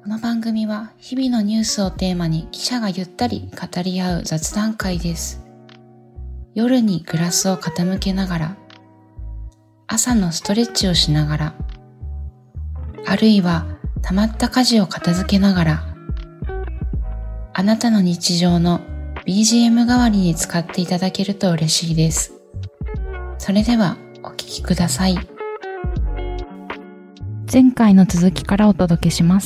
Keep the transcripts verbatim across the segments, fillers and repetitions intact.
この番組は日々のニュースをテーマに記者がゆったり語り合う雑談会です。夜にグラスを傾けながら、朝のストレッチをしながら、あるいは溜まった家事を片付けながら、あなたの日常の ビージーエム 代わりに使っていただけると嬉しいです。それではお聞きください。前回の続きからお届けします。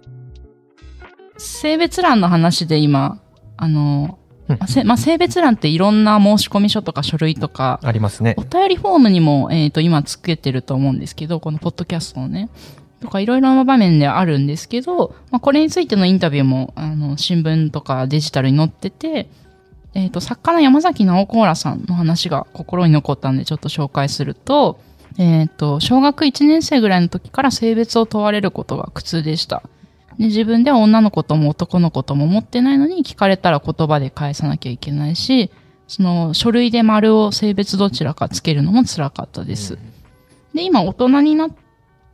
性別欄の話で今、あの、まあまあ、性別欄っていろんな申し込み書とか書類とかありますね。 お便りフォームにも、えっと、今つけてると思うんですけど、このポッドキャストのね、とかいろいろな場面であるんですけど、まあ、これについてのインタビューも、あの、新聞とかデジタルに載ってて、えっと、作家の山崎直子らさんの話が心に残ったんでちょっと紹介すると、えっと、小学いちねん生ぐらいの時から性別を問われることが苦痛でした。で、自分では女の子とも男の子とも思ってないのに聞かれたら言葉で返さなきゃいけないし、その書類で丸を性別どちらかつけるのも辛かったです。うん、で、今大人になって、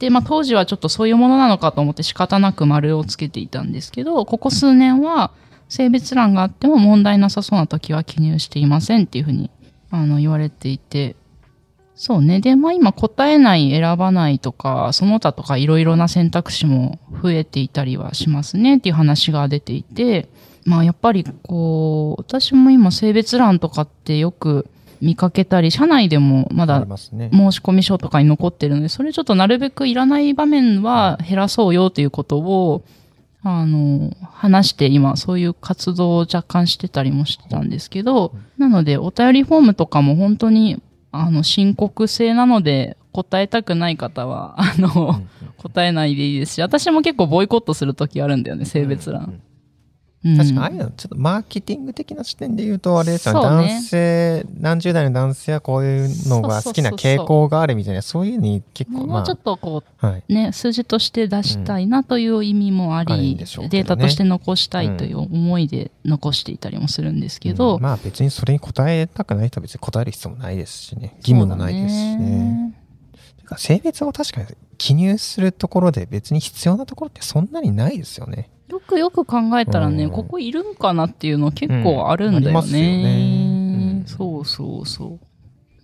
まあ当時はちょっとそういうものなのかと思って仕方なく丸をつけていたんですけど、ここ数年は性別欄があっても問題なさそうな時は記入していませんっていうふうにあの言われていて、そうね。で、まあ今答えない、選ばないとか、その他とかいろいろな選択肢も増えていたりはしますねっていう話が出ていて、まあやっぱりこう、私も今性別欄とかってよく見かけたり、社内でもまだ申し込み書とかに残ってるので、それちょっとなるべくいらない場面は減らそうよということを、あの、話して今そういう活動を若干してたりもしてたんですけど、なのでお便りフォームとかも本当にあの、深刻性なので、答えたくない方は、あの、うんうん、答えないでいいですし、私も結構ボイコットするときあるんだよね、性別欄。うんうんうん、確かに、ああいうの、ちょっとマーケティング的な視点で言うと、あれですよね、男性、何十代の男性はこういうのが好きな傾向があるみたいな、そういうに結構、まあ、 もうちょっとこう、はい、ね、数字として出したいなという意味もあり、うん、データとして残したいという思いで残していたりもするんですけど、 うん、まあ別にそれに答えたくない人は別に答える必要もないですしね、義務もないですしね。性別を確かに記入するところで別に必要なところってそんなにないですよね。 よくよく考えたらね、うん、ここいるんかなっていうの結構あるんだよね。うん、ありますよね。うん、そうそうそう。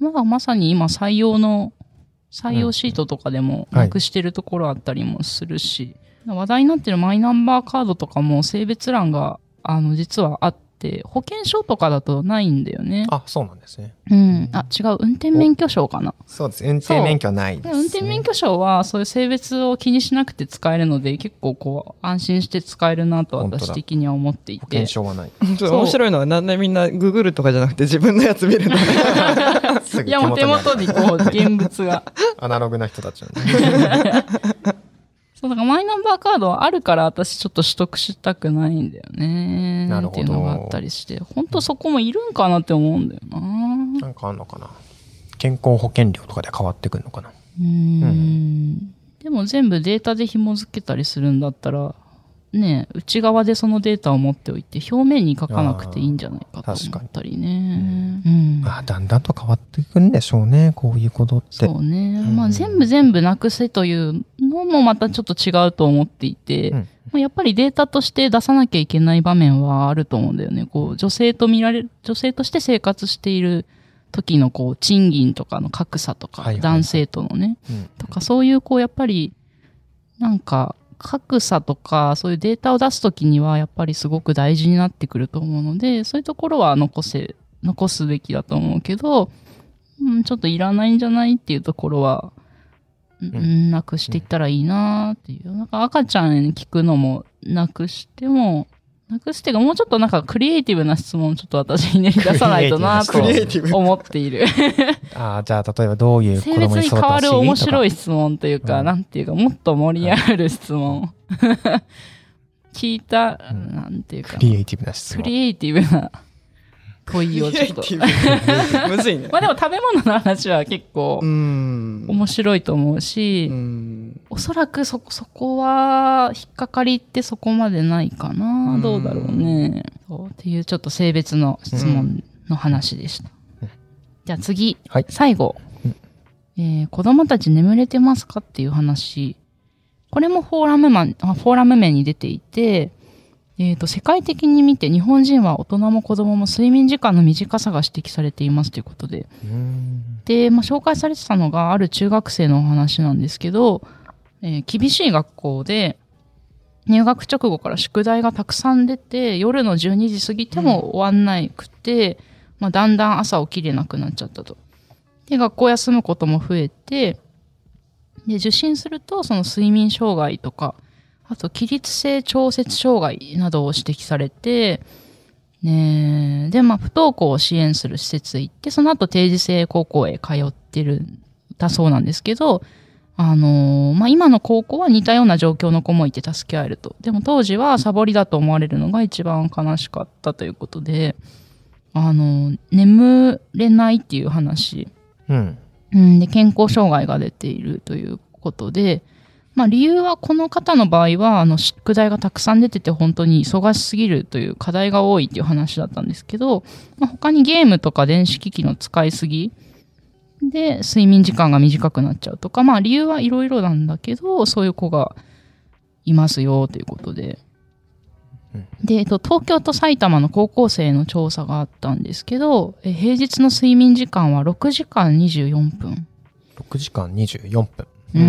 まあまさに今採用の、採用シートとかでもなくしてるところあったりもするし、はい、話題になってるマイナンバーカードとかも性別欄が、あの、実はあって、保険証とかだとないんだよね。 あ、そうなんですね。 うん。あ、違う。運転免許証かな。 そうです。運転免許はないです、ね。 運転免許証はそういう性別を気にしなくて使えるので、結構こう、安心して使えるなと私的には思っていて。 保険証はない。 面白いのはなんでみんなググるとかじゃなくて自分のやつ見るのいや、もう手元にこう、現物が。 アナログな人たちなんで。 そう、だからマイナンバーカードはあるから私ちょっと取得したくないんだよね。なるほど。っていうのがあったりして、本当そこもいるんかなって思うんだよな。 なんかあんのかな。健康保険料とかで変わってくるのかな。 うーん。うん、でも全部データで紐付けたりするんだったら、ね、内側でそのデータを持っておいて表面に書かなくていいんじゃないかと思ったりね。うん。 まあ、だんだんと変わっていくんでしょうね、こういうことって。 そうね。うん、まあ全部全部なくせというのもまたちょっと違うと思っていて、うん、まあ、やっぱりデータとして出さなきゃいけない場面はあると思うんだよね。こう、女性と見られる、女性として生活している時のこう、賃金とかの格差とか、はいはい、男性とのね、うん、とかそういうこう、やっぱり、なんか、格差とか、そういうデータを出すときには、やっぱりすごく大事になってくると思うので、そういうところは残せ、残すべきだと思うけど、うん、ちょっといらないんじゃないっていうところは、うん、なくしていったらいいなっていう。なんか赤ちゃんに聞くのもなくしても、なくしてがもうちょっとなんかクリエイティブな質問をちょっと私に練り出さないとなと思っている。 ああ、じゃあ例えばどういう子供に育てほしいとか。性別に変わる面白い質問というか、うん、なんていうか、もっと盛り上がる質問。聞いた、うん、なんていうか。 クリエイティブな質問。 クリエイティブな問いをちょっと。 むずいね。 まあでも食べ物の話は結構面白いと思うし、うおそらくそ、そこは引っかかりってそこまでないかな。うどうだろうね。そうっていうちょっと性別の質問の話でした。じゃあ次、はい、最後、えー。子供たち眠れてますかっていう話これもフォーラムマン、フォーラム面に出ていて、えっと、世界的に見て日本人は大人も子供も睡眠時間の短さが指摘されていますということで。で、まあ、紹介されてたのがある中学生のお話なんですけど、えー、厳しい学校で、入学直後から宿題がたくさん出て、夜のじゅうにじ過ぎても終わんなくて、うん、まあ、だんだん朝起きれなくなっちゃったと。で、学校休むことも増えて、で、受診すると、その睡眠障害とか、あと、起立性調節障害などを指摘されて、ねで、まあ、不登校を支援する施設へ行って、その後定時制高校へ通ってる、だそうなんですけど、あのー、まあ、今の高校は似たような状況の子もいて助け合えると。でも当時はサボりだと思われるのが一番悲しかったということで、あのー、眠れないっていう話。 うん。 うん、で、健康障害が出ているということで、まあ、理由はこの方の場合は、あの、宿題がたくさん出てて本当に忙しすぎるという課題が多いっていう話だったんですけど、まあ、他にゲームとか電子機器の使いすぎで睡眠時間が短くなっちゃうとか、まあ理由はいろいろなんだけど、そういう子がいますよということで。で、えっと、東京と埼玉の高校生の調査があったんですけど、え平日の睡眠時間はろくじかんにじゅうよんぷん。 ろくじかんにじゅうよんぷん。 うん。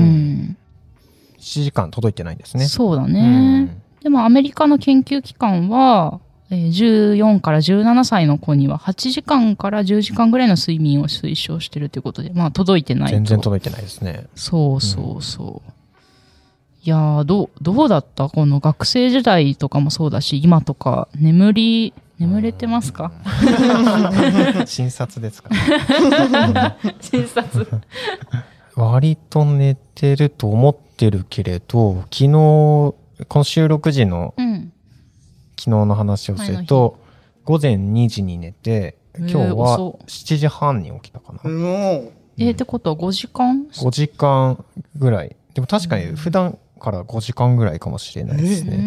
ななじかん届いてないんですね。 そうだね。でもアメリカの研究機関は、じゅうよんからじゅうななさいの子にははちじかんからじゅうじかんぐらいの睡眠を推奨しているということで、まあ届いてないと。 全然届いてないですね。 そうそうそう。うん、いやー、どう、どうだったこの学生時代とかもそうだし、今とか眠り、眠れてますか？ 診察ですか？ 診察。 割と寝てると思ってるけれど、昨日、この収録時の、うん昨日の話をすると、午前にじに寝て、今日はしちじはんに起きたかな。 うん、 えー、ってことはごじかん ? ご 時間ぐらい。でも確かに普段からごじかんぐらいかもしれないですね。うん、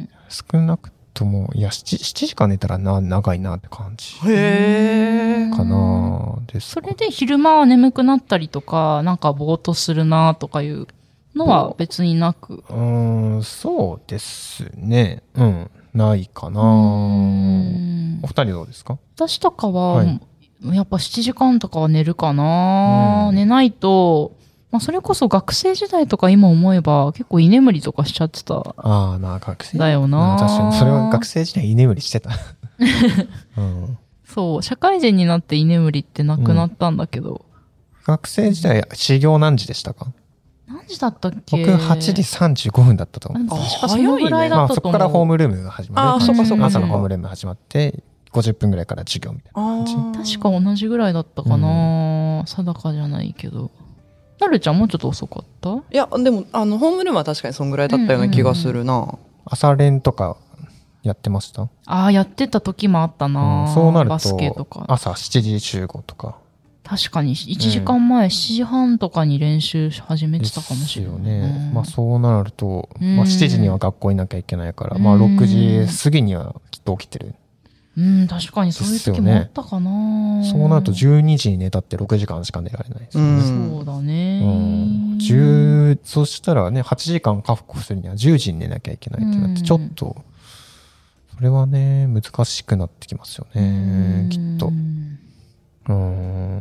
少なくとも、いや、7, しちじかん寝たらな長いなって感じ。 へかなです。 それで昼間は眠くなったりとか、なんかぼーっとするなとかいうのは別になく。 うーん、そうですね。うん。ないかな。お二人どうですか？ 私とかは、はい、やっぱしちじかんとかは寝るかな。寝ないと、まあ、それこそ学生時代とか今思えば結構居眠りとかしちゃってた。 ああ、な、学生だよな。 確かに。それは学生時代居眠りしてた。うん、 そう、社会人になって居眠りってなくなったんだけど。うん、 学生時代、始業何時でしたか？ 何時だったっけ？ 僕はちじさんじゅうごふんだったと思う。 確かそのぐらいだったと思う。 まあ、そこからホームルームが始まる。 あ、そうかそうか。 朝のホームルーム始まって、ごじゅっぷんぐらいから授業みたいな感じ。確か同じぐらいだったかな、うん、定かじゃないけど。なるちゃんもうちょっと遅かった？いや、でも、あの、ホームルームは確かにそんぐらいだったような気がするな。うんうん、 朝練とかやってました？ ああ、やってた時もあったな、 うん、そうなると、 バスケとか。 朝しちじ集合とか。 確かにいちじかんまえ、うん、しちじはんとかに練習始めてたかもしれない。 ですよね。うん、まあそうなると、まあしちじには学校いなきゃいけないから、まあろくじ過ぎにはきっと起きてる。 うん、確かにそういう時もあったかな。 そうなるとじゅうにじに寝たってろくじかんしか寝られないですよね。 うん、そうだね。 うん、じゅうそしたらね、はちじかん確保するにはじゅうじに寝なきゃいけないってなって、ちょっと、それはね、難しくなってきますよね、きっと。うん、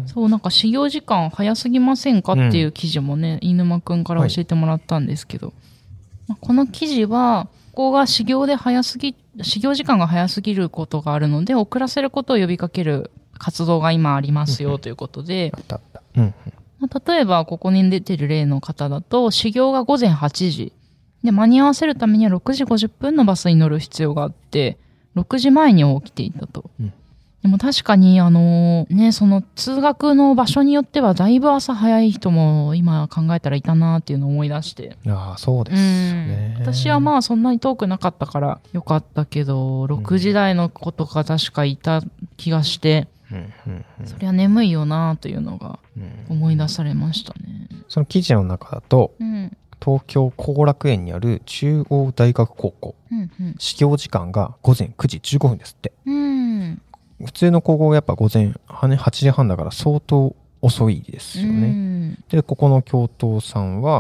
そう、なんか始業時間早すぎませんかっていう記事もね、うん、飯沼くんから教えてもらったんですけど、はい、この記事は、ここが始業で早すぎ、始業時間が早すぎることがあるので、遅らせることを呼びかける活動が今ありますよということで、 うん、 例えばここに出てる例の方だと、始業がごぜんはちじ。で、間に合わせるためにはろくじごじゅっぷんのバスに乗る必要があって、ろくじまえに起きていたと。うん、でも確かに、あのー、ね、その通学の場所によってはだいぶ朝早い人も今考えたらいたなっていうのを思い出して。 ああ、そうですよね。 私はまあそんなに遠くなかったからよかったけど、ろくじ台の子とか確かいた気がして、うんうんうん、そりゃ眠いよなというのが思い出されましたね。 その記事の中だと、 うん、 東京後楽園にある中央大学高校、 うんうん、 始業時間がごぜんくじじゅうごふんですって。 うん普通の高校はやっぱ午前はちじはんだから相当遅いですよね。 うんで、ここの教頭さんは、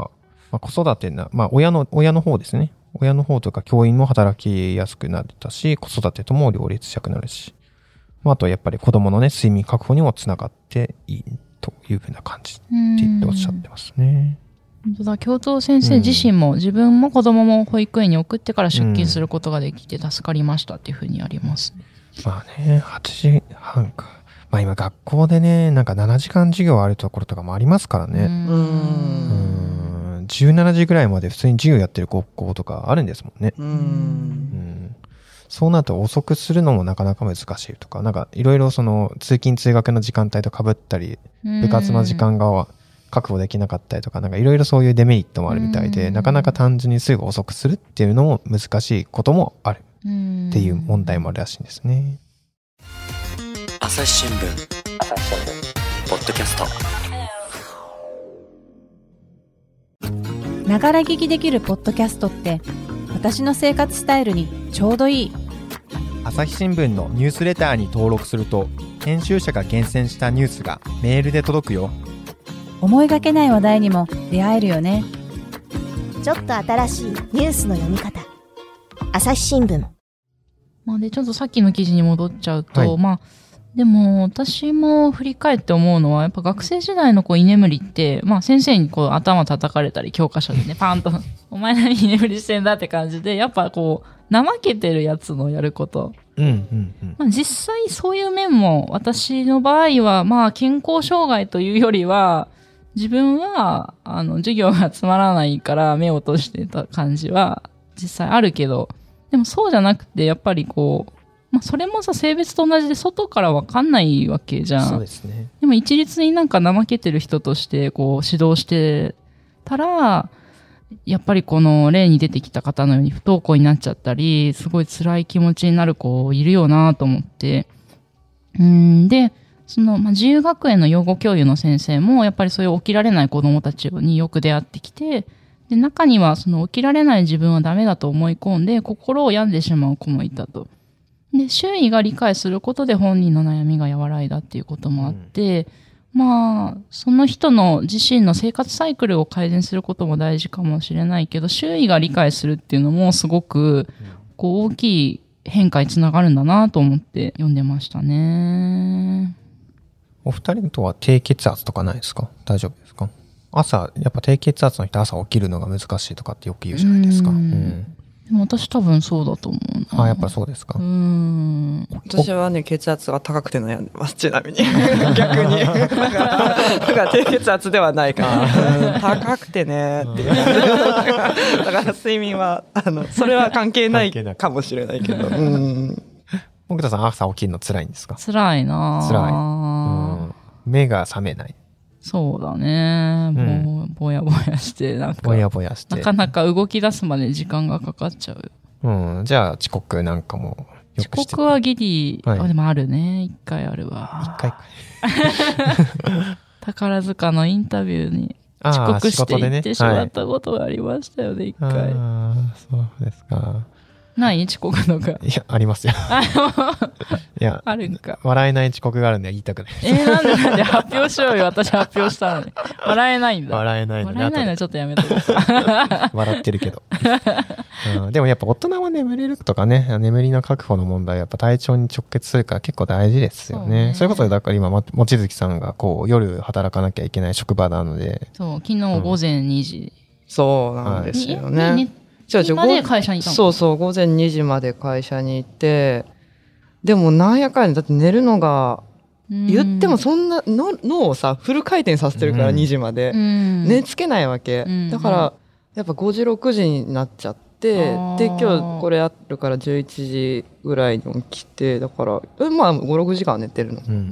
まあ、子育てな、まあ、親の、親の方ですね。親の方とか教員も働きやすくなったし、子育てとも両立したくなるし、まあ、あとはやっぱり子供のね、睡眠確保にもつながっていいというふうな感じって言っておっしゃってますね。 本当だ、教頭先生自身も、うん、自分も子供も保育園に送ってから出勤することができて助かりましたっていうふうにありますね。 うん、まあね、はちじはんか。まあ今学校でね、なんかななじかん授業あるところとかもありますからね。うん。うんじゅうしちじぐらいまで普通に授業やってる高校とかあるんですもんね。うん。うんそうなると遅くするのもなかなか難しいとか、なんかいろいろその通勤通学の時間帯と被ったり、部活の時間が確保できなかったりとか、なんかいろいろそういうデメリットもあるみたいで、なかなか単純にすぐ遅くするっていうのも難しいこともあるっていう問題もあるらしいんですね。 朝日新聞ポッドキャスト。ながら聞きできるポッドキャストって私の生活スタイルにちょうどいい。 朝日新聞のニュースレターに登録すると編集者が厳選したニュースがメールで届くよ。 思いがけない話題にも出会えるよね。 ちょっと新しいニュースの読み方。朝日新聞。 まあでちょっとさっきの記事に戻っちゃうと、 はい、 まあでも私も振り返って思うのはやっぱ学生時代のこう居眠りってまあ先生にこう頭叩かれたり教科書でねパーンとお前何居眠りしてんだって感じでやっぱこう怠けてるやつのやること、 うんうんうんまあ、実際そういう面も私の場合はまあ健康障害というよりは自分はあの授業がつまらないから目を閉じてた感じは実際あるけど、でもそうじゃなくてやっぱりこうまあ、それもさ性別と同じで外から分かんないわけじゃん。 そうですね。 でも一律になんか怠けてる人としてこう指導してたらやっぱりこの例に出てきた方のように不登校になっちゃったりすごい辛い気持ちになる子いるよなと思って、うんでその、まあ、自由学園の養護教諭の先生もやっぱりそういう起きられない子どもたちによく出会ってきて、で中にはその起きられない自分はダメだと思い込んで心を病んでしまう子もいたと。で周囲が理解することで本人の悩みが和らいだっていうこともあって、うん、まあその人の自身の生活サイクルを改善することも大事かもしれないけど、周囲が理解するっていうのもすごくこう大きい変化につながるんだなと思って読んでましたね。 お二人とは低血圧とかないですか？大丈夫ですか？朝やっぱ低血圧の人朝起きるのが難しいとかってよく言うじゃないですか。うん、うんでも私多分そうだと思うな。 あ、やっぱそうですか。 うーん。 私はね、血圧が高くて悩んでます、ちなみに。逆に。だから、だから低血圧ではないから。高くてねっていう。だから睡眠は、あの、それは関係ないかもしれないけど。うん。 奥田さん朝起きるの辛いんですか？ 辛いな辛い。うん。目が覚めない。 そうだね、うん、ぼ, ぼやぼやしてなんかぼやぼやしてなかなか動き出すまで時間がかかっちゃう。 うん、じゃあ遅刻なんかもよくして遅刻はギリ、 はい、 あでもあるね、一回あるわ。 一回か宝塚のインタビューに遅刻して行ってしまったことがありましたよね、一、ねはい、回。 ああそうですか。 ない遅刻とか。 いや、ありますよ。いや、 あるんか。 笑えない遅刻があるんで言いたくない。 えー、なんでなんで発表しようよ。私発表したのに。笑えないんだ。 笑えないの笑えないのはちょっとやめとこう。 笑ってるけど、うん。でもやっぱ大人は眠れるとかね、眠りの確保の問題はやっぱ体調に直結するから結構大事ですよね。そうね。それこそだから今、望月さんがこう夜働かなきゃいけない職場なので。 そう、昨日午前にじ。うん、 そうなんですよね。はいまで会社にいたの？ そうそう、午前にじまで会社にいて、でもなんやかんやだって寝るのが、言ってもそんなの脳をさ、フル回転させてるからにじまで。寝つけないわけ。だから、やっぱごじ、ろくじになっちゃって、で、今日これあるからじゅういちじぐらいに起きて、だから、まあご、ろくじかん寝てるの。うん、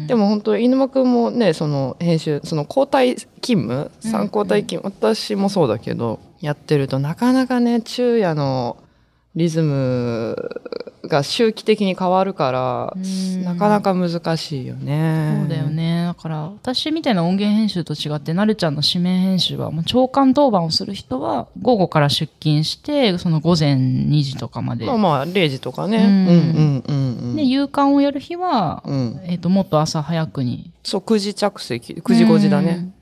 でも本当、犬間くんもね、その編集、その交代勤務、さん交代勤務、私もそうだけど、やってるとなかなかね昼夜のリズムが周期的に変わるからなかなか難しいよね。 そうだよね。だから私みたいな音源編集と違ってなるちゃんの指名編集はもう朝刊当番をする人は午後から出勤してその午前にじとかまで、 まあまあれいじとかね、うんうんうんうん、 で夕刊をやる日は、うんえー、ともっと朝早くにそうくじ着席くじごじだね、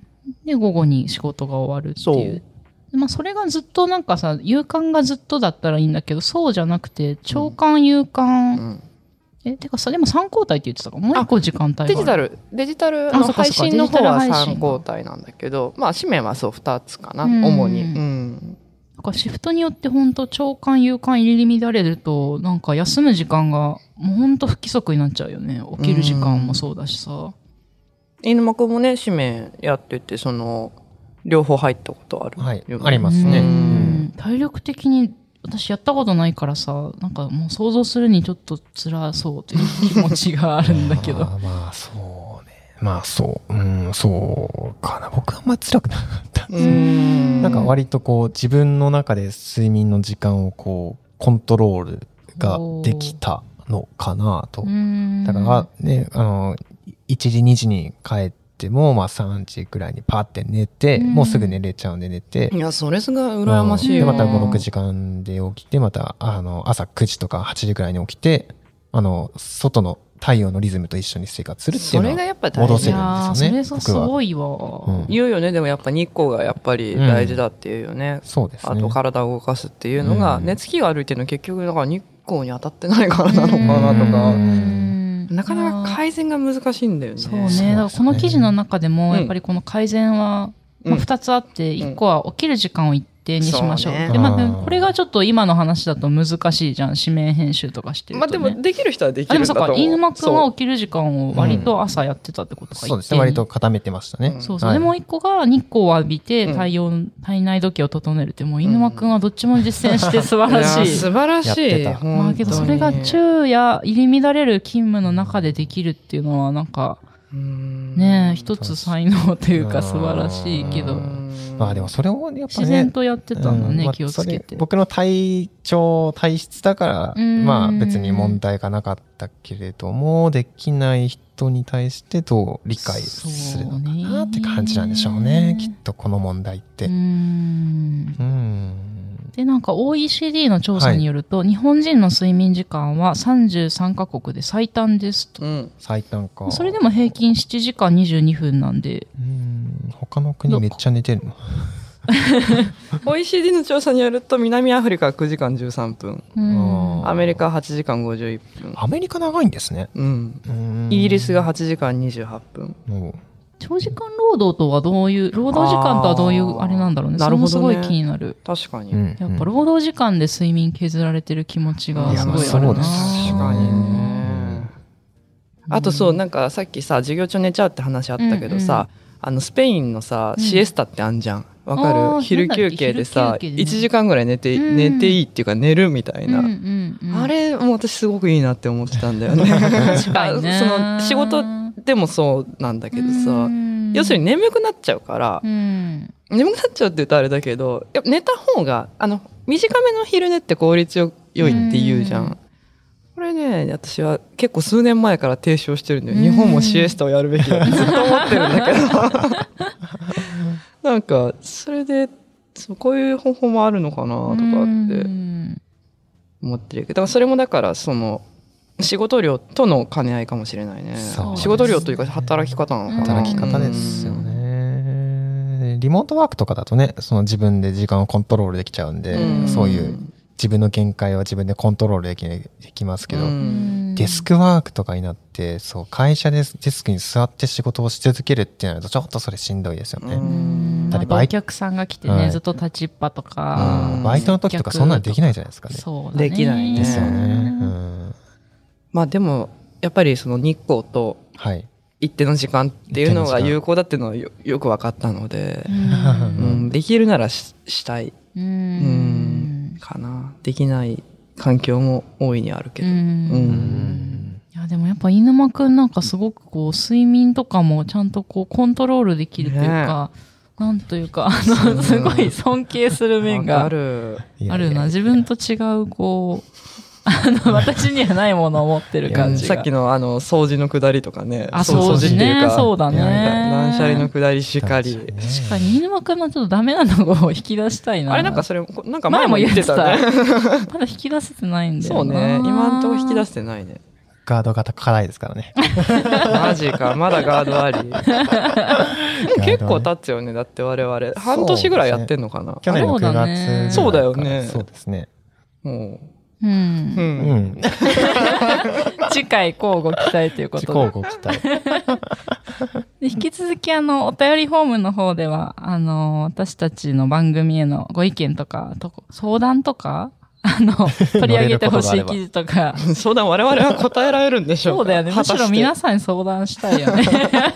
で、午後に仕事が終わるっていう。そうまあ、それがずっとなんかさ、夕刊がずっとだったらいいんだけど、そうじゃなくて、朝刊、夕刊、うん、え、てかさ、でもさん交代って言ってたかもう一個時間帯がある。 デジタル、デジタルの配信の方はさん交代なんだけど、まあ、紙面はそうふたつかな、主に。うん。 なんかシフトによって本当朝刊、夕刊入り乱れると、なんか休む時間がもう本当不規則になっちゃうよね。起きる時間もそうだしさ。 飯沼くんもね、紙面やってて、その、両方入ったことある、 はい、ありますね。うん、 体力的に私やったことないからさ、なんかもう想像するにちょっと辛そうという気持ちがあるんだけど。 まあ、まあそうね。まあそう、うん、そうかな。僕はあんま辛くなかったんですよ。なんか割とこう自分の中で睡眠の時間をこうコントロールができたのかなと。だからね、あの、いちじにじに帰って、もまあさんじくらいにパーって寝て、うん、もうすぐ寝れちゃうんで寝て、 いやそれすごい羨ましいよ、 うん、でまたごろくじかんで起きてまたあの朝くじとかはちじくらいに起きてあの外の太陽のリズムと一緒に生活するっていうのは戻せるんですよね。 それすごいわ、 うん、言うよね。でもやっぱ日光がやっぱり大事だっていうよね、 うん、そうですね。 あと体を動かすっていうのが、うん、寝つきが悪いっていうのは結局だから日光に当たってないからなのかなとか、うんなかなか改善が難しいんだよね。 そうね。だからこの記事の中でも、やっぱりこの改善は、まあ、ふたつあって、いっこは起きる時間を一定にしましょう。で、まあ、これがちょっと今の話だと難しいじゃん。指名編集とかしてると、ね。 まあでも、できる人はできるんだと思う。 あ、でもそっか、飯沼くんは起きる時間を割と朝やってたってことか、 うん、そうですね。割と固めてましたね。 そうそう。はい、でもう一個が日光を浴びて太陽、うん、体内時計を整えるって、もう飯沼くんはどっちも実践して素晴らしい。い素晴らしい。 まあけどそれが昼夜入り乱れる勤務の中でできるっていうのはなんか、ねえ、一つ才能というか素晴らしいけど。 まあでもそれをやっぱね。 自然とやってたんだね、うんまあ、気をつけて。 僕の体調、体質だから、まあ別に問題がなかったけれども、できない人に対してどう理解するのかなって感じなんでしょうね。きっとこの問題って。うーんうんで、なんか オーイーシーディー の調査によると、はい、日本人の睡眠時間はさんじゅうさんカ国で最短ですと。うん、 最短か。 それでも平均ななじかんにじゅうにふんなんで。 うん、他の国めっちゃ寝てるのオーイーシーディー の調査によると、南アフリカはくじかんじゅうさんぷん。うんアメリカははちじかんごじゅういっぷん。 アメリカ長いんですね。 うん。うんイギリスがはちじかんにじゅうはっぷん。 うん長時間労働とはどういう、労働時間とはどういうあれなんだろうね。なるほどね。それもすごい気になる。 確かに。 やっぱ労働時間で睡眠削られてる気持ちがすごいあるな。いや、 そうです。 確かにね。あとそう、なんかさっきさ、授業中寝ちゃうって話あったけどさ、うんうん、あの、スペインのさ、シエスタってあんじゃん。わかる？昼休憩でさ、いちじかんぐらい寝て、寝ていいっていうか寝るみたいな。あれ、もう私すごくいいなって思ってたんだよね。 確かにね。 その、仕事でもそうなんだけどさ、要するに眠くなっちゃうから、うん、眠くなっちゃうって言うとあれだけど、やっぱ寝た方が、あの、短めの昼寝って効率よ良いって言うじゃん。うん、これね、私は結構数年前から提唱してるんだよ。日本もシエスタをやるべきだってずっと思ってるんだけど。なんか、それで、そうこういう方法もあるのかなとかって思ってるけど、それもだから、その、仕事量との兼ね合いかもしれないね。仕事量というか働き方なのかな。 働き方ですよね。リモートワークとかだとね、その自分で時間をコントロールできちゃうんで、うんそういう自分の限界は自分でコントロールできできますけど、デスクワークとかになって、そう会社でデスクに座って仕事をし続けるってなるとちょっとそれしんどいですよね。 だってお客さんが来てね、はい、ずっと立ちっぱとか、 バイトの時とかそんなのできないじゃないですかね。 そうだね。 できないね。 ですよね。うんまあでもやっぱりその日光と一定の時間っていうのが有効だっていうのは よ, よく分かったので、うんうん、できるなら し, したいうんうんかな。できない環境も大いにあるけど。うんうんいやでもやっぱ飯沼くんなんかすごくこう睡眠とかもちゃんとこうコントロールできるというか、ね、なんというかあのすごい尊敬する面があるあるな。自分と違うこうあの、私にはないものを持ってる感じが。 さっきのあの、掃除の下りとかね。 あ、掃除ね。そうだね。 断捨離の下りしかり。 確かに、飯沼くんのちょっとダメなのを引き出したいな。 あれなんかそれ、なんか前も言ってたね。 まだ引き出せてないんだよな。 そうね。今んとこ引き出せてないね。 ガードが高いですからね。 マジか、まだガードあり。結構経つよね、だって我々。半年ぐらいやってんのかな。 去年のくがつ。 そうだよね。 そうですね。 もう。うん。うんうん次回交互期待ということで。 交互期待。 で引き続きあの、お便りフォームの方では、あの、私たちの番組へのご意見とか、と相談とか、あの、取り上げてほしい記事とか。 相談我々は答えられるんでしょうか。 そうだよね。むしろ皆さんに相談したいよね。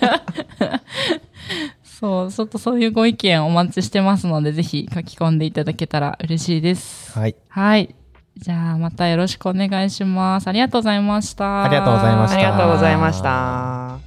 そう、ちょっとそういうご意見お待ちしてますので、ぜひ書き込んでいただけたら嬉しいです。 はい。 はい。じゃあ、またよろしくお願いします。ありがとうございました。 ありがとうございました。 ありがとうございました。